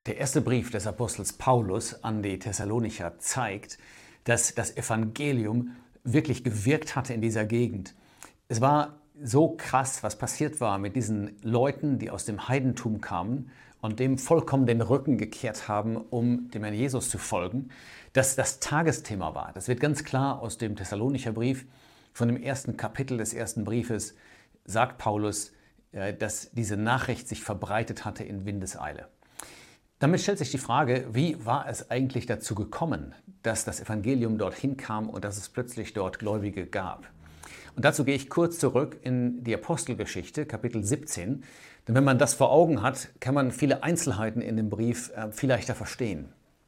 Der erste Brief des Apostels Paulus an die Thessalonicher zeigt, dass das Evangelium wirklich gewirkt hatte in dieser Gegend. Es war so krass, was passiert war mit diesen Leuten, die aus dem Heidentum kamen und dem vollkommen den Rücken gekehrt haben, um dem Herrn Jesus zu folgen, dass das Tagesthema war. Das wird ganz klar aus dem Thessalonicher Brief, von dem ersten Kapitel des ersten Briefes, sagt Paulus, dass diese Nachricht sich verbreitet hatte in Windeseile. Damit stellt sich die Frage, wie war es eigentlich dazu gekommen, dass das Evangelium dorthin kam und dass es plötzlich dort Gläubige gab? Und dazu gehe ich kurz zurück in die Apostelgeschichte, Kapitel 17. Denn wenn man das vor Augen hat, kann man viele Einzelheiten in dem Brief viel leichter verstehen.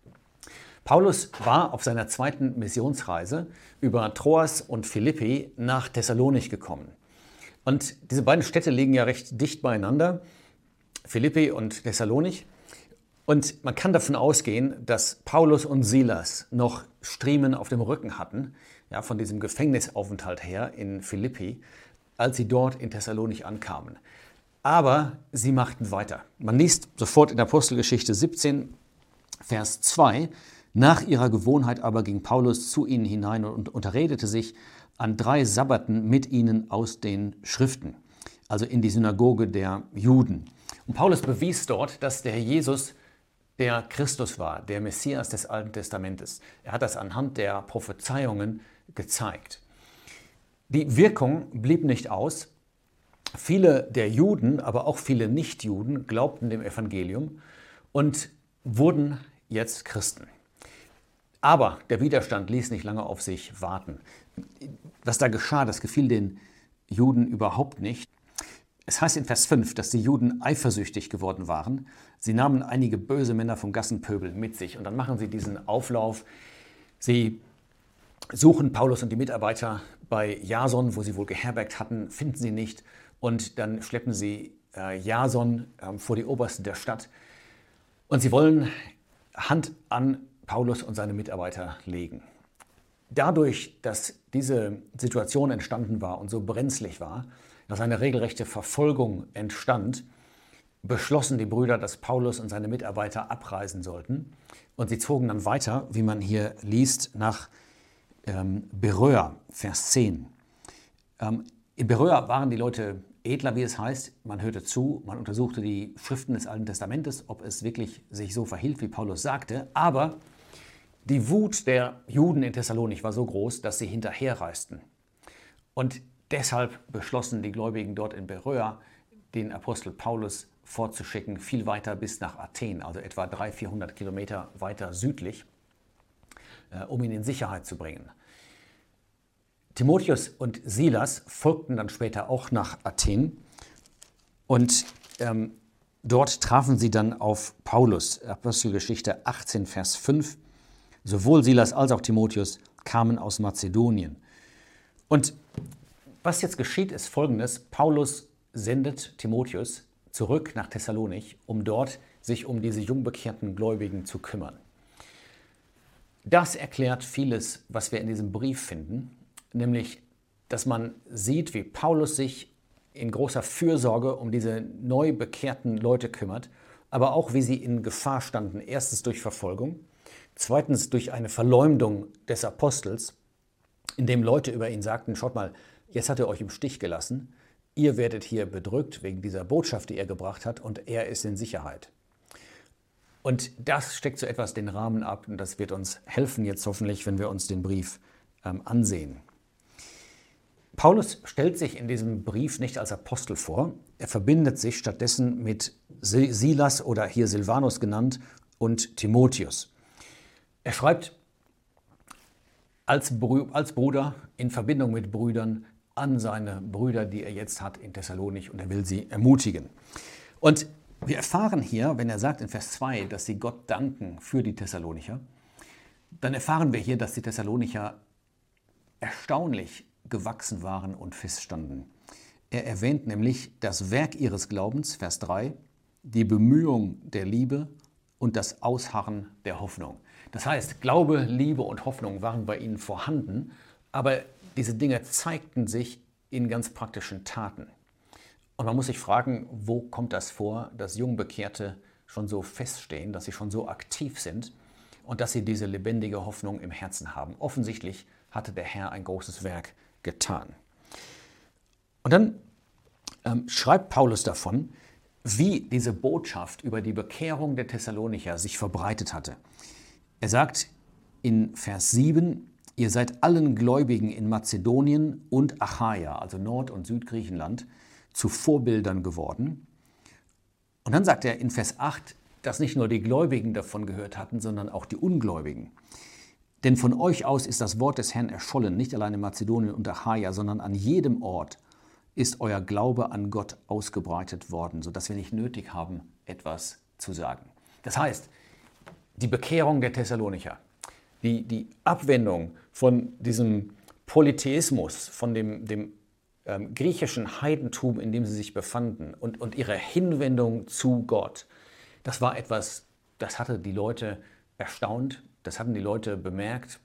Paulus war auf seiner zweiten Missionsreise über Troas und Philippi nach Thessalonich gekommen. Und diese beiden Städte liegen ja recht dicht beieinander, Philippi und Thessalonich. Und man kann davon ausgehen, dass Paulus und Silas noch Striemen auf dem Rücken hatten, ja, von diesem Gefängnisaufenthalt her in Philippi, als sie dort in Thessalonich ankamen. Aber sie machten weiter. Man liest sofort in Apostelgeschichte 17, Vers 2, nach ihrer Gewohnheit aber ging Paulus zu ihnen hinein und unterredete sich an 3 Sabbaten mit ihnen aus den Schriften, also in die Synagoge der Juden. Und Paulus bewies dort, dass der Herr Jesus der Christus war, der Messias des Alten Testamentes. Er hat das anhand der Prophezeiungen gezeigt. Die Wirkung blieb nicht aus. Viele der Juden, aber auch viele Nichtjuden glaubten dem Evangelium und wurden jetzt Christen. Aber der Widerstand ließ nicht lange auf sich warten. Was da geschah, das gefiel den Juden überhaupt nicht. Es heißt in Vers 5, dass die Juden eifersüchtig geworden waren. Sie nahmen einige böse Männer vom Gassenpöbel mit sich und dann machen sie diesen Auflauf. Sie suchen Paulus und die Mitarbeiter bei Jason, wo sie wohl geherbergt hatten, finden sie nicht und dann schleppen sie Jason vor die Obersten der Stadt und sie wollen Hand an Paulus und seine Mitarbeiter legen. Dadurch, dass diese Situation entstanden war und so brenzlig war, dass eine regelrechte Verfolgung entstand, beschlossen die Brüder, dass Paulus und seine Mitarbeiter abreisen sollten. Und sie zogen dann weiter, wie man hier liest, nach Beröa, Vers 10. In Beröa waren die Leute edler, wie es heißt. Man hörte zu, man untersuchte die Schriften des Alten Testamentes, ob es wirklich sich so verhielt, wie Paulus sagte. Aber die Wut der Juden in Thessalonich war so groß, dass sie hinterherreisten. Und deshalb beschlossen die Gläubigen dort in Beröa, den Apostel Paulus vorzuschicken, viel weiter bis nach Athen, also etwa 300-400 Kilometer weiter südlich, um ihn in Sicherheit zu bringen. Timotheus und Silas folgten dann später auch nach Athen und dort trafen sie dann auf Paulus. Apostelgeschichte 18, Vers 5. Sowohl Silas als auch Timotheus kamen aus Mazedonien. Und was jetzt geschieht, ist Folgendes. Paulus sendet Timotheus zurück nach Thessalonich, um dort sich um diese jungbekehrten Gläubigen zu kümmern. Das erklärt vieles, was wir in diesem Brief finden, nämlich, dass man sieht, wie Paulus sich in großer Fürsorge um diese neu bekehrten Leute kümmert, aber auch, wie sie in Gefahr standen. Erstens durch Verfolgung, zweitens durch eine Verleumdung des Apostels, indem Leute über ihn sagten, schaut mal, jetzt hat er euch im Stich gelassen, ihr werdet hier bedrückt wegen dieser Botschaft, die er gebracht hat und er ist in Sicherheit. Und das steckt so etwas den Rahmen ab und das wird uns helfen jetzt hoffentlich, wenn wir uns den Brief ansehen. Paulus stellt sich in diesem Brief nicht als Apostel vor, er verbindet sich stattdessen mit Silas oder hier Silvanus genannt und Timotheus. Er schreibt als Bruder in Verbindung mit Brüdern an seine Brüder, die er jetzt hat in Thessalonich und er will sie ermutigen. Und wir erfahren hier, wenn er sagt in Vers 2, dass sie Gott danken für die Thessalonicher, dann erfahren wir hier, dass die Thessalonicher erstaunlich gewachsen waren und feststanden. Er erwähnt nämlich das Werk ihres Glaubens, Vers 3, die Bemühung der Liebe und das Ausharren der Hoffnung. Das heißt, Glaube, Liebe und Hoffnung waren bei ihnen vorhanden, aber diese Dinge zeigten sich in ganz praktischen Taten. Und man muss sich fragen, wo kommt das vor, dass Jungbekehrte schon so feststehen, dass sie schon so aktiv sind und dass sie diese lebendige Hoffnung im Herzen haben. Offensichtlich hatte der Herr ein großes Werk getan. Und dann schreibt Paulus davon, wie diese Botschaft über die Bekehrung der Thessalonicher sich verbreitet hatte. Er sagt in Vers 7, ihr seid allen Gläubigen in Mazedonien und Achaia, also Nord- und Südgriechenland, zu Vorbildern geworden. Und dann sagt er in Vers 8, dass nicht nur die Gläubigen davon gehört hatten, sondern auch die Ungläubigen. Denn von euch aus ist das Wort des Herrn erschollen, nicht allein in Mazedonien und Achaia, sondern an jedem Ort ist euer Glaube an Gott ausgebreitet worden, sodass wir nicht nötig haben, etwas zu sagen. Das heißt, die Bekehrung der Thessalonicher, die Abwendung von diesem Polytheismus, von dem griechischen Heidentum, in dem sie sich befanden und ihre Hinwendung zu Gott, das war etwas, das hatte die Leute erstaunt, das hatten die Leute bemerkt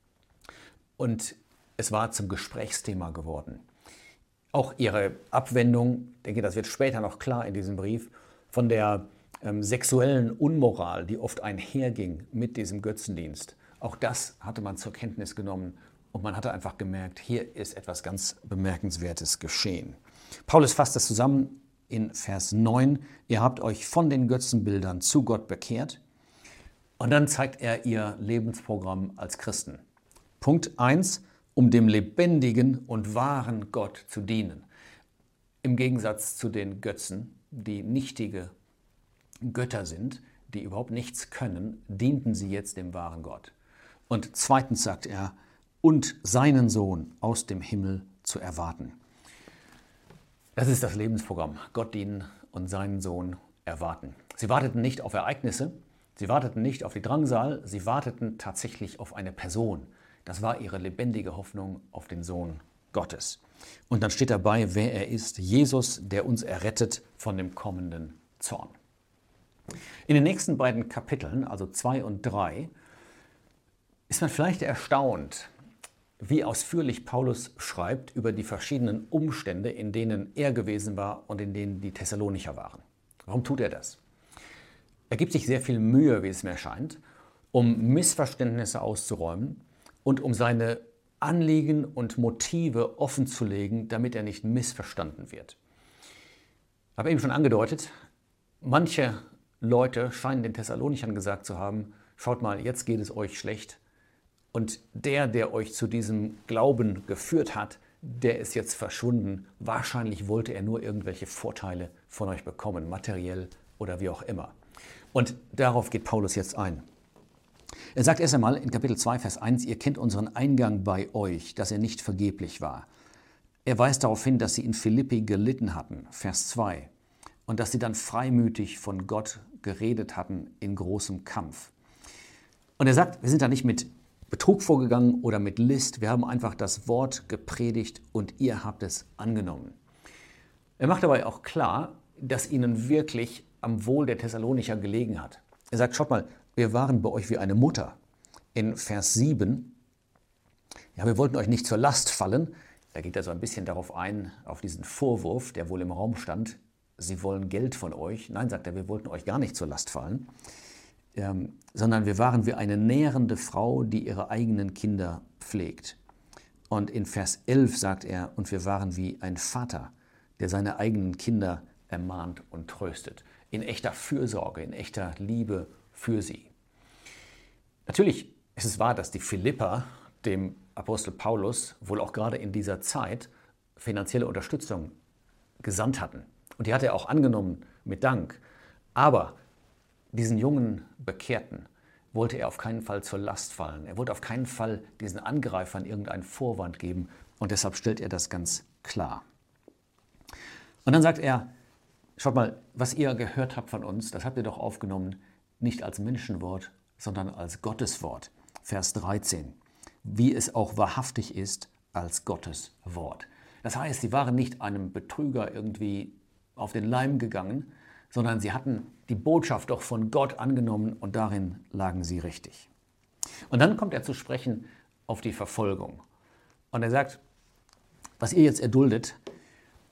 und es war zum Gesprächsthema geworden. Auch ihre Abwendung, ich denke, das wird später noch klar in diesem Brief, von der sexuellen Unmoral, die oft einherging mit diesem Götzendienst. Auch das hatte man zur Kenntnis genommen und man hatte einfach gemerkt, hier ist etwas ganz Bemerkenswertes geschehen. Paulus fasst das zusammen in Vers 9. Ihr habt euch von den Götzenbildern zu Gott bekehrt. Und dann zeigt er ihr Lebensprogramm als Christen. Punkt 1, um dem lebendigen und wahren Gott zu dienen. Im Gegensatz zu den Götzen, die nichtige Götter sind, die überhaupt nichts können, dienten sie jetzt dem wahren Gott. Und zweitens sagt er, und seinen Sohn aus dem Himmel zu erwarten. Das ist das Lebensprogramm. Gott dienen und seinen Sohn erwarten. Sie warteten nicht auf Ereignisse, sie warteten nicht auf die Drangsal, sie warteten tatsächlich auf eine Person. Das war ihre lebendige Hoffnung auf den Sohn Gottes. Und dann steht dabei, wer er ist, Jesus, der uns errettet von dem kommenden Zorn. In den nächsten beiden Kapiteln, also 2 und 3, ist man vielleicht erstaunt, wie ausführlich Paulus schreibt über die verschiedenen Umstände, in denen er gewesen war und in denen die Thessalonicher waren. Warum tut er das? Er gibt sich sehr viel Mühe, wie es mir scheint, um Missverständnisse auszuräumen und um seine Anliegen und Motive offenzulegen, damit er nicht missverstanden wird. Ich habe eben schon angedeutet, manche Leute scheinen den Thessalonichern gesagt zu haben, schaut mal, jetzt geht es euch schlecht. Und der euch zu diesem Glauben geführt hat, der ist jetzt verschwunden. Wahrscheinlich wollte er nur irgendwelche Vorteile von euch bekommen, materiell oder wie auch immer. Und darauf geht Paulus jetzt ein. Er sagt erst einmal in Kapitel 2, Vers 1, ihr kennt unseren Eingang bei euch, dass er nicht vergeblich war. Er weist darauf hin, dass sie in Philippi gelitten hatten, Vers 2, und dass sie dann freimütig von Gott geredet hatten in großem Kampf. Und er sagt, wir sind da nicht mit Betrug vorgegangen oder mit List. Wir haben einfach das Wort gepredigt und ihr habt es angenommen. Er macht dabei auch klar, dass ihnen wirklich am Wohl der Thessalonicher gelegen hat. Er sagt, schaut mal, wir waren bei euch wie eine Mutter. In Vers 7, ja, wir wollten euch nicht zur Last fallen. Da geht er so ein bisschen darauf ein, auf diesen Vorwurf, der wohl im Raum stand. Sie wollen Geld von euch. Nein, sagt er, wir wollten euch gar nicht zur Last fallen. Sondern wir waren wie eine nährende Frau, die ihre eigenen Kinder pflegt. Und in Vers 11 sagt er, und wir waren wie ein Vater, der seine eigenen Kinder ermahnt und tröstet. In echter Fürsorge, in echter Liebe für sie. Natürlich ist es wahr, dass die Philipper dem Apostel Paulus wohl auch gerade in dieser Zeit finanzielle Unterstützung gesandt hatten. Und die hat er auch angenommen mit Dank. Aber diesen jungen Bekehrten wollte er auf keinen Fall zur Last fallen. Er wollte auf keinen Fall diesen Angreifern irgendeinen Vorwand geben und deshalb stellt er das ganz klar. Und dann sagt er, schaut mal, was ihr gehört habt von uns, das habt ihr doch aufgenommen, nicht als Menschenwort, sondern als Gotteswort. Vers 13, wie es auch wahrhaftig ist als Gottes Wort. Das heißt, sie waren nicht einem Betrüger irgendwie auf den Leim gegangen, sondern sie hatten die Botschaft doch von Gott angenommen und darin lagen sie richtig. Und dann kommt er zu sprechen auf die Verfolgung. Und er sagt, was ihr jetzt erduldet,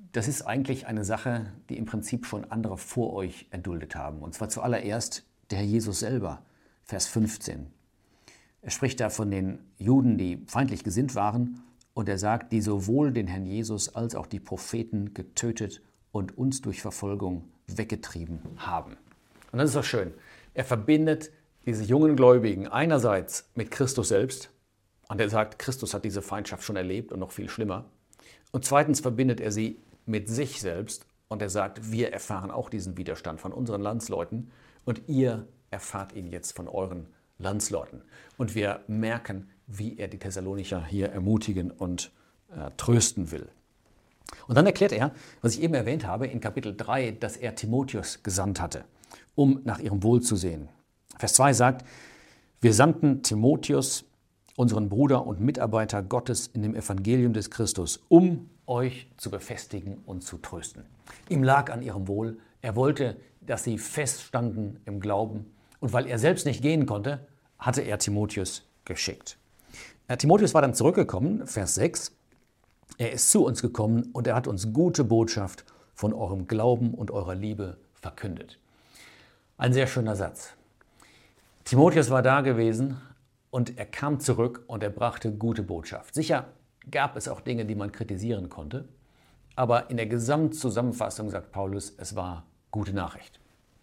das ist eigentlich eine Sache, die im Prinzip schon andere vor euch erduldet haben. Und zwar zuallererst der Herr Jesus selber, Vers 15. Er spricht da von den Juden, die feindlich gesinnt waren, und er sagt, die sowohl den Herrn Jesus als auch die Propheten getötet und uns durch Verfolgung weggetrieben haben. Und das ist doch schön. Er verbindet diese jungen Gläubigen einerseits mit Christus selbst, und er sagt, Christus hat diese Feindschaft schon erlebt und noch viel schlimmer. Und zweitens verbindet er sie mit sich selbst, und er sagt, wir erfahren auch diesen Widerstand von unseren Landsleuten und ihr erfahrt ihn jetzt von euren Landsleuten. Und wir merken, wie er die Thessalonicher hier ermutigen und trösten will. Und dann erklärt er, was ich eben erwähnt habe, in Kapitel 3, dass er Timotheus gesandt hatte, um nach ihrem Wohl zu sehen. Vers 2 sagt, wir sandten Timotheus, unseren Bruder und Mitarbeiter Gottes in dem Evangelium des Christus, um euch zu befestigen und zu trösten. Ihm lag an ihrem Wohl. Er wollte, dass sie feststanden im Glauben. Und weil er selbst nicht gehen konnte, hatte er Timotheus geschickt. Timotheus war dann zurückgekommen, Vers 6. Er ist zu uns gekommen und er hat uns gute Botschaft von eurem Glauben und eurer Liebe verkündet. Ein sehr schöner Satz. Timotheus war da gewesen und er kam zurück und er brachte gute Botschaft. Sicher gab es auch Dinge, die man kritisieren konnte, aber in der Gesamtzusammenfassung sagt Paulus, es war gute Nachricht.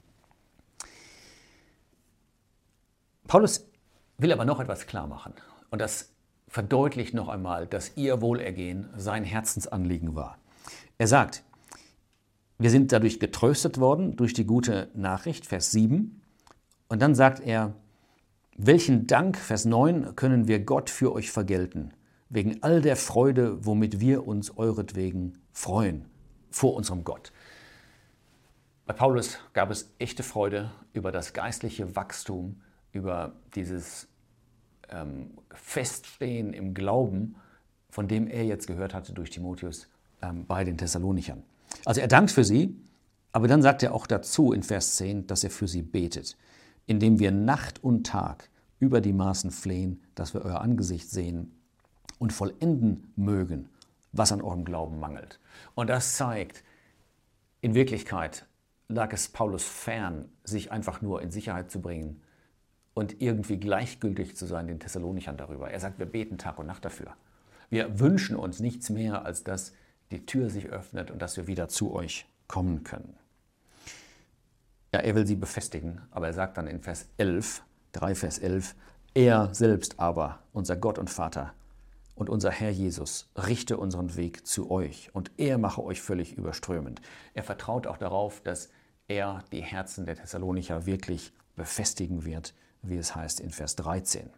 Paulus will aber noch etwas klar machen und das verdeutlicht noch einmal, dass ihr Wohlergehen sein Herzensanliegen war. Er sagt, wir sind dadurch getröstet worden durch die gute Nachricht, Vers 7. Und dann sagt er, welchen Dank, Vers 9, können wir Gott für euch vergelten, wegen all der Freude, womit wir uns euretwegen freuen, vor unserem Gott. Bei Paulus gab es echte Freude über das geistliche Wachstum, über dieses Feststehen im Glauben, von dem er jetzt gehört hatte durch Timotheus bei den Thessalonichern. Also er dankt für sie, aber dann sagt er auch dazu in Vers 10, dass er für sie betet, indem wir Nacht und Tag über die Maßen flehen, dass wir euer Angesicht sehen und vollenden mögen, was an eurem Glauben mangelt. Und das zeigt, in Wirklichkeit lag es Paulus fern, sich einfach nur in Sicherheit zu bringen und irgendwie gleichgültig zu sein den Thessalonichern darüber. Er sagt, wir beten Tag und Nacht dafür. Wir wünschen uns nichts mehr, als dass die Tür sich öffnet und dass wir wieder zu euch kommen können. Ja, er will sie befestigen, aber er sagt dann in Vers 11, 3 Vers 11, er selbst aber, unser Gott und Vater und unser Herr Jesus, richte unseren Weg zu euch und er mache euch völlig überströmend. Er vertraut auch darauf, dass er die Herzen der Thessalonicher wirklich befestigen wird, wie es heißt in Vers 13.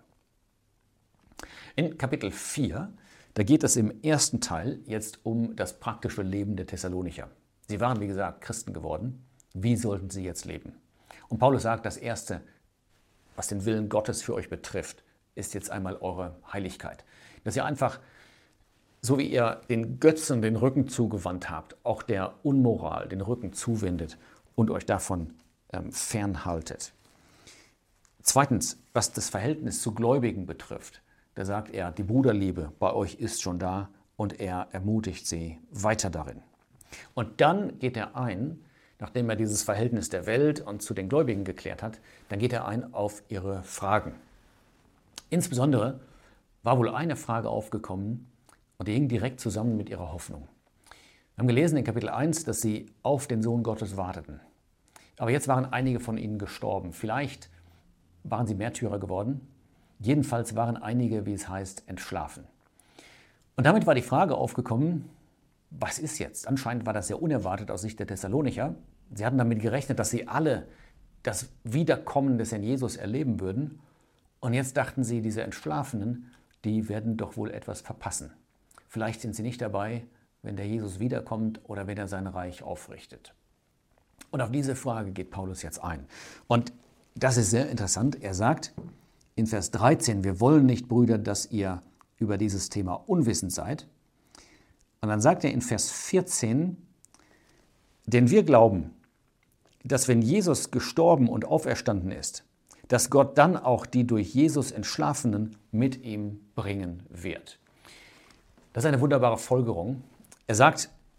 In Kapitel 4, da geht es im ersten Teil jetzt um das praktische Leben der Thessalonicher. Sie waren, wie gesagt, Christen geworden. Wie sollten sie jetzt leben? Und Paulus sagt, das Erste, was den Willen Gottes für euch betrifft, ist jetzt einmal eure Heiligkeit. Dass ihr einfach, so wie ihr den Götzen den Rücken zugewandt habt, auch der Unmoral den Rücken zuwendet und euch davon fernhaltet. Zweitens, was das Verhältnis zu Gläubigen betrifft, da sagt er, die Bruderliebe bei euch ist schon da und er ermutigt sie weiter darin. Und dann geht er ein, nachdem er dieses Verhältnis der Welt und zu den Gläubigen geklärt hat, dann geht er ein auf ihre Fragen. Insbesondere war wohl eine Frage aufgekommen und die hing direkt zusammen mit ihrer Hoffnung. Wir haben gelesen in Kapitel 1, dass sie auf den Sohn Gottes warteten. Aber jetzt waren einige von ihnen gestorben. Vielleicht waren sie Märtyrer geworden. Jedenfalls waren einige, wie es heißt, entschlafen. Und damit war die Frage aufgekommen, was ist jetzt? Anscheinend war das sehr unerwartet aus Sicht der Thessalonicher. Sie hatten damit gerechnet, dass sie alle das Wiederkommen des Herrn Jesus erleben würden. Und jetzt dachten sie, diese Entschlafenen, die werden doch wohl etwas verpassen. Vielleicht sind sie nicht dabei, wenn der Jesus wiederkommt oder wenn er sein Reich aufrichtet. Und auf diese Frage geht Paulus jetzt ein. Und das ist sehr interessant. Er sagt in Vers 13, wir wollen nicht, Brüder, dass ihr über dieses Thema unwissend seid. Und dann sagt er in Vers 14, denn wir glauben, dass wenn Jesus gestorben und auferstanden ist, dass Gott dann auch die durch Jesus Entschlafenen mit ihm bringen wird. Das ist eine wunderbare Folgerung. Er sagt,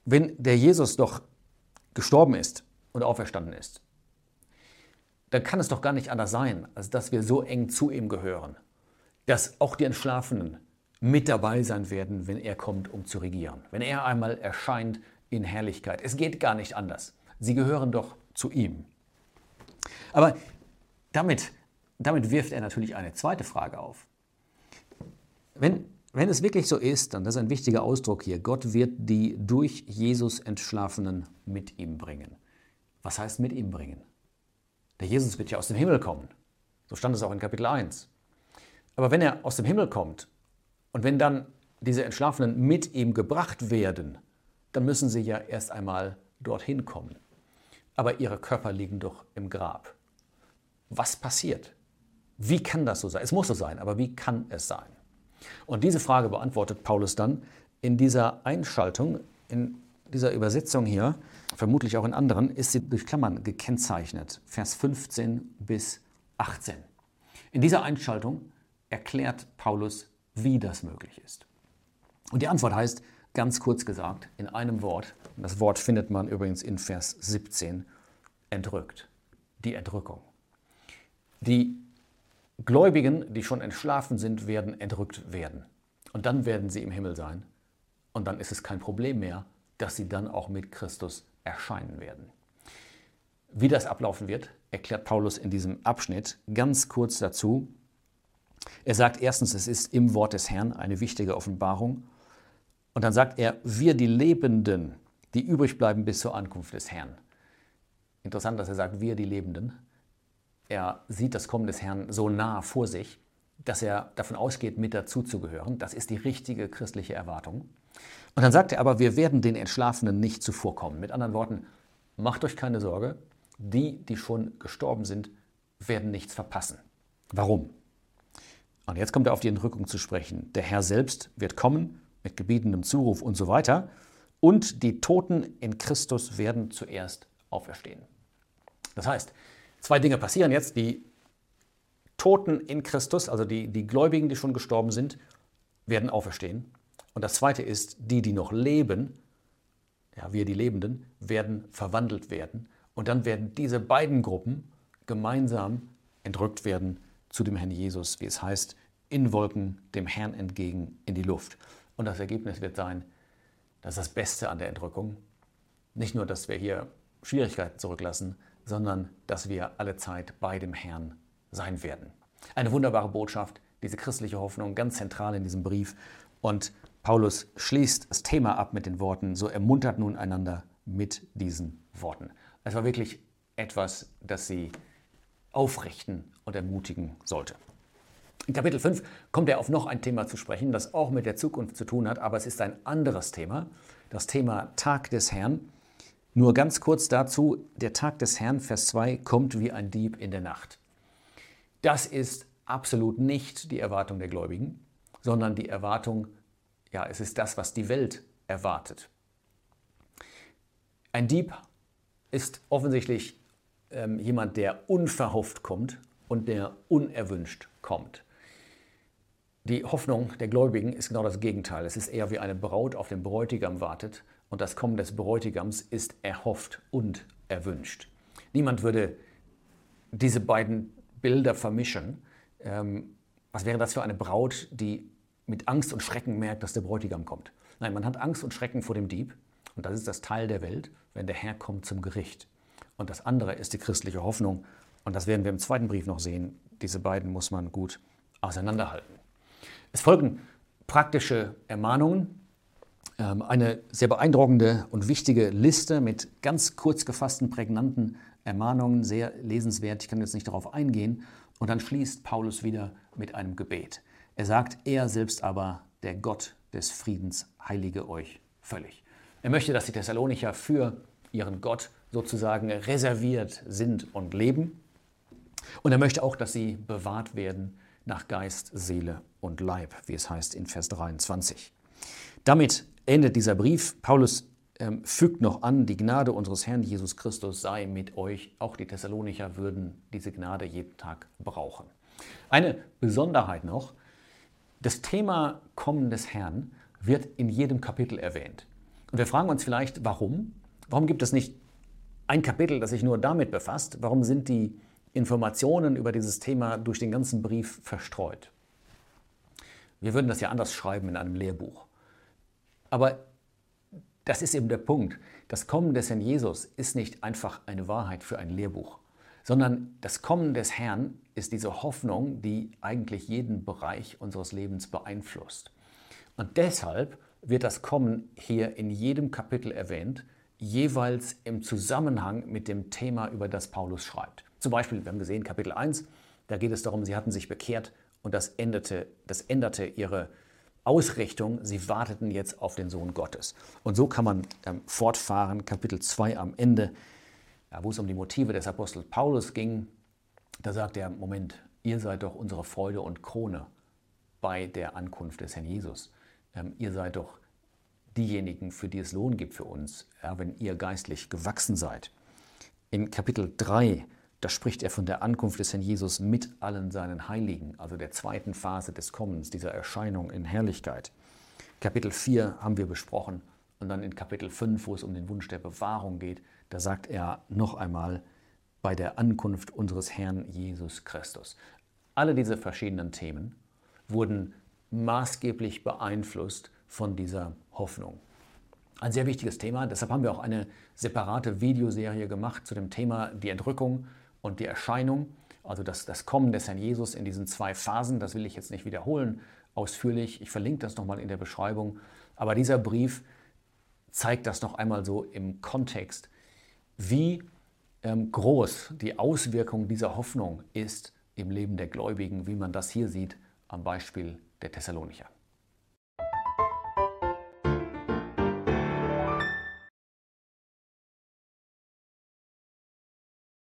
wenn der Jesus doch gestorben ist und auferstanden ist, dann kann es doch gar nicht anders sein, als dass wir so eng zu ihm gehören, dass auch die Entschlafenen mit dabei sein werden, wenn er kommt, um zu regieren. Wenn er einmal erscheint in Herrlichkeit. Es geht gar nicht anders. Sie gehören doch zu ihm. Aber damit wirft er natürlich eine zweite Frage auf. Wenn es wirklich so ist, und das ist ein wichtiger Ausdruck hier, Gott wird die durch Jesus Entschlafenen mit ihm bringen. Was heißt mit ihm bringen? Der Jesus wird ja aus dem Himmel kommen. So stand es auch in Kapitel 1. Aber wenn er aus dem Himmel kommt und wenn dann diese Entschlafenen mit ihm gebracht werden, dann müssen sie ja erst einmal dorthin kommen. Aber ihre Körper liegen doch im Grab. Was passiert? Wie kann das so sein? Es muss so sein, aber wie kann es sein? Und diese Frage beantwortet Paulus dann in dieser Einschaltung, in dieser Übersetzung hier, vermutlich auch in anderen, ist sie durch Klammern gekennzeichnet, Vers 15 bis 18. In dieser Einschaltung erklärt Paulus, wie das möglich ist. Und die Antwort heißt, ganz kurz gesagt, in einem Wort, und das Wort findet man übrigens in Vers 17, entrückt. Die Entrückung. Die Gläubigen, die schon entschlafen sind, werden entrückt werden. Und dann werden sie im Himmel sein. Und dann ist es kein Problem mehr, dass sie dann auch mit Christus erscheinen werden. Wie das ablaufen wird, erklärt Paulus in diesem Abschnitt ganz kurz dazu. Er sagt erstens, es ist im Wort des Herrn eine wichtige Offenbarung. Und dann sagt er, wir die Lebenden, die übrig bleiben bis zur Ankunft des Herrn. Interessant, dass er sagt, wir die Lebenden. Er sieht das Kommen des Herrn so nah vor sich, dass er davon ausgeht, mit dazuzugehören. Das ist die richtige christliche Erwartung. Und dann sagt er aber, wir werden den Entschlafenen nicht zuvorkommen. Mit anderen Worten, macht euch keine Sorge, die schon gestorben sind, werden nichts verpassen. Warum? Und jetzt kommt er auf die Entrückung zu sprechen. Der Herr selbst wird kommen, mit gebietendem Zuruf und so weiter. Und die Toten in Christus werden zuerst auferstehen. Das heißt, zwei Dinge passieren jetzt. Die Toten in Christus, also die Gläubigen, die schon gestorben sind, werden auferstehen. Und das Zweite ist, die noch leben, ja, wir die Lebenden, werden verwandelt werden. Und dann werden diese beiden Gruppen gemeinsam entrückt werden zu dem Herrn Jesus, wie es heißt, in Wolken dem Herrn entgegen in die Luft. Und das Ergebnis wird sein, das ist das Beste an der Entrückung. Nicht nur, dass wir hier Schwierigkeiten zurücklassen, sondern dass wir alle Zeit bei dem Herrn sein werden. Eine wunderbare Botschaft, diese christliche Hoffnung, ganz zentral in diesem Brief. Und Paulus schließt das Thema ab mit den Worten, so ermuntert nun einander mit diesen Worten. Es war wirklich etwas, das sie aufrichten und ermutigen sollte. In Kapitel 5 kommt er auf noch ein Thema zu sprechen, das auch mit der Zukunft zu tun hat, aber es ist ein anderes Thema, das Thema Tag des Herrn. Nur ganz kurz dazu, der Tag des Herrn, Vers 2, kommt wie ein Dieb in der Nacht. Das ist absolut nicht die Erwartung der Gläubigen, sondern die Erwartung, ja, es ist das, was die Welt erwartet. Ein Dieb ist offensichtlich jemand, der unverhofft kommt und der unerwünscht kommt. Die Hoffnung der Gläubigen ist genau das Gegenteil. Es ist eher wie eine Braut auf den Bräutigam wartet und das Kommen des Bräutigams ist erhofft und erwünscht. Niemand würde diese beiden Bilder vermischen. Was wäre das für eine Braut, die mit Angst und Schrecken merkt, dass der Bräutigam kommt? Nein, man hat Angst und Schrecken vor dem Dieb und das ist das Teil der Welt, wenn der Herr kommt zum Gericht. Und das andere ist die christliche Hoffnung und das werden wir im zweiten Brief noch sehen. Diese beiden muss man gut auseinanderhalten. Es folgen praktische Ermahnungen, eine sehr beeindruckende und wichtige Liste mit ganz kurz gefassten, prägnanten Ermahnungen, sehr lesenswert. Ich kann jetzt nicht darauf eingehen. Und dann schließt Paulus wieder mit einem Gebet. Er sagt, er selbst aber, der Gott des Friedens, heilige euch völlig. Er möchte, dass die Thessalonicher für ihren Gott sozusagen reserviert sind und leben. Und er möchte auch, dass sie bewahrt werden nach Geist, Seele und Leib, wie es heißt in Vers 23. Damit endet dieser Brief. Paulus fügt noch an, die Gnade unseres Herrn Jesus Christus sei mit euch. Auch die Thessalonicher würden diese Gnade jeden Tag brauchen. Eine Besonderheit noch, das Thema Kommen des Herrn wird in jedem Kapitel erwähnt. Und wir fragen uns vielleicht, warum? Warum gibt es nicht ein Kapitel, das sich nur damit befasst? Warum sind die Informationen über dieses Thema durch den ganzen Brief verstreut? Wir würden das ja anders schreiben in einem Lehrbuch. Aber das ist eben der Punkt. Das Kommen des Herrn Jesus ist nicht einfach eine Wahrheit für ein Lehrbuch, sondern das Kommen des Herrn ist diese Hoffnung, die eigentlich jeden Bereich unseres Lebens beeinflusst. Und deshalb wird das Kommen hier in jedem Kapitel erwähnt, jeweils im Zusammenhang mit dem Thema, über das Paulus schreibt. Zum Beispiel, wir haben gesehen, Kapitel 1, da geht es darum, sie hatten sich bekehrt und das änderte ihre Ausrichtung. Sie warteten jetzt auf den Sohn Gottes. Und so kann man fortfahren, Kapitel 2 am Ende, ja, wo es um die Motive des Apostels Paulus ging. Da sagt er, Moment, ihr seid doch unsere Freude und Krone bei der Ankunft des Herrn Jesus. Ihr seid doch diejenigen, für die es Lohn gibt für uns, ja, wenn ihr geistlich gewachsen seid. In Kapitel 3, da spricht er von der Ankunft des Herrn Jesus mit allen seinen Heiligen, also der zweiten Phase des Kommens, dieser Erscheinung in Herrlichkeit. Kapitel 4 haben wir besprochen und dann in Kapitel 5, wo es um den Wunsch der Bewahrung geht, da sagt er noch einmal, bei der Ankunft unseres Herrn Jesus Christus. Alle diese verschiedenen Themen wurden maßgeblich beeinflusst von dieser Hoffnung. Ein sehr wichtiges Thema, deshalb haben wir auch eine separate Videoserie gemacht zu dem Thema die Entrückung und die Erscheinung, also das Kommen des Herrn Jesus in diesen zwei Phasen. Das will ich jetzt nicht wiederholen ausführlich, ich verlinke das nochmal in der Beschreibung, aber dieser Brief zeigt das noch einmal so im Kontext, wie groß die Auswirkung dieser Hoffnung ist im Leben der Gläubigen, wie man das hier sieht am Beispiel der Thessalonicher.